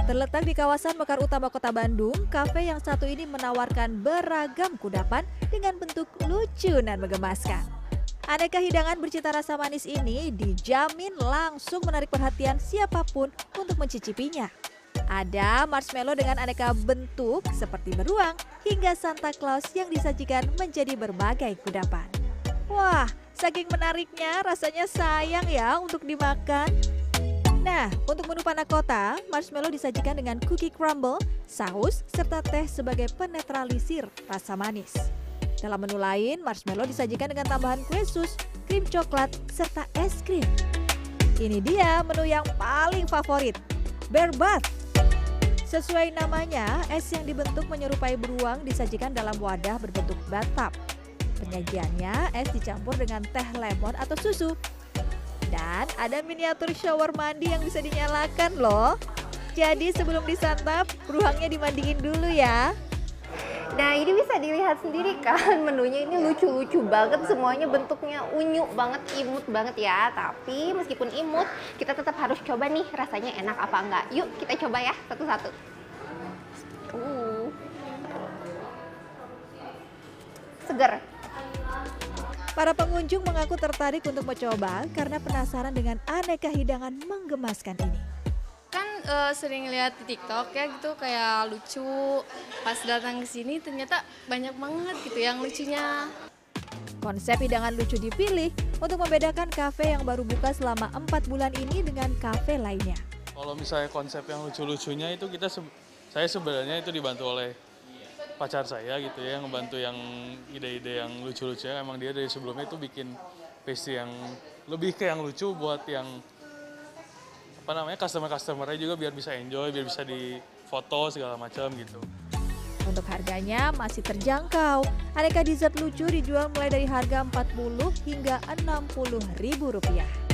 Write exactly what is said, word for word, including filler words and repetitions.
Terletak di kawasan Mekar Utama Kota Bandung, kafe yang satu ini menawarkan beragam kudapan dengan bentuk lucu dan menggemaskan. Aneka hidangan bercita rasa manis ini dijamin langsung menarik perhatian siapapun untuk mencicipinya. Ada marshmallow dengan aneka bentuk seperti beruang hingga Santa Claus yang disajikan menjadi berbagai kudapan. Wah, saking menariknya rasanya sayang ya untuk dimakan. Nah, untuk menu panah kota, marshmallow disajikan dengan cookie crumble, saus, serta teh sebagai penetralisir rasa manis. Dalam menu lain, marshmallow disajikan dengan tambahan kue sus, krim coklat, serta es krim. Ini dia menu yang paling favorit, Bear Bath. Sesuai namanya, es yang dibentuk menyerupai beruang disajikan dalam wadah berbentuk bathtub. Penyajiannya, es dicampur dengan teh lemon atau susu. Dan ada miniatur shower mandi yang bisa dinyalakan loh. Jadi sebelum disantap, beruangnya dimandiin dulu ya. Nah, ini bisa dilihat sendiri kan, menunya ini lucu-lucu banget, semuanya bentuknya unyu banget, imut banget ya. Tapi meskipun imut, kita tetap harus coba nih rasanya enak apa enggak. Yuk kita coba ya satu-satu. Uh. Seger. Para pengunjung mengaku tertarik untuk mencoba karena penasaran dengan aneka hidangan menggemaskan ini. Kan uh, sering lihat di TikTok ya gitu, kayak lucu. Pas datang ke sini ternyata banyak banget gitu yang lucunya. Konsep hidangan lucu dipilih untuk membedakan kafe yang baru buka selama empat bulan ini dengan kafe lainnya. Kalau misalnya konsep yang lucu-lucunya itu kita se saya sebenarnya itu dibantu oleh pacar saya gitu ya, ngebantu yang ide-ide yang lucu-lucunya. Emang dia dari sebelumnya itu bikin pastry yang lebih ke yang lucu buat yang apa namanya customer-customernya juga biar bisa enjoy, biar bisa difoto segala macam gitu. Untuk harganya masih terjangkau. Aneka dessert lucu dijual mulai dari harga empat puluh hingga enam puluh ribu rupiah.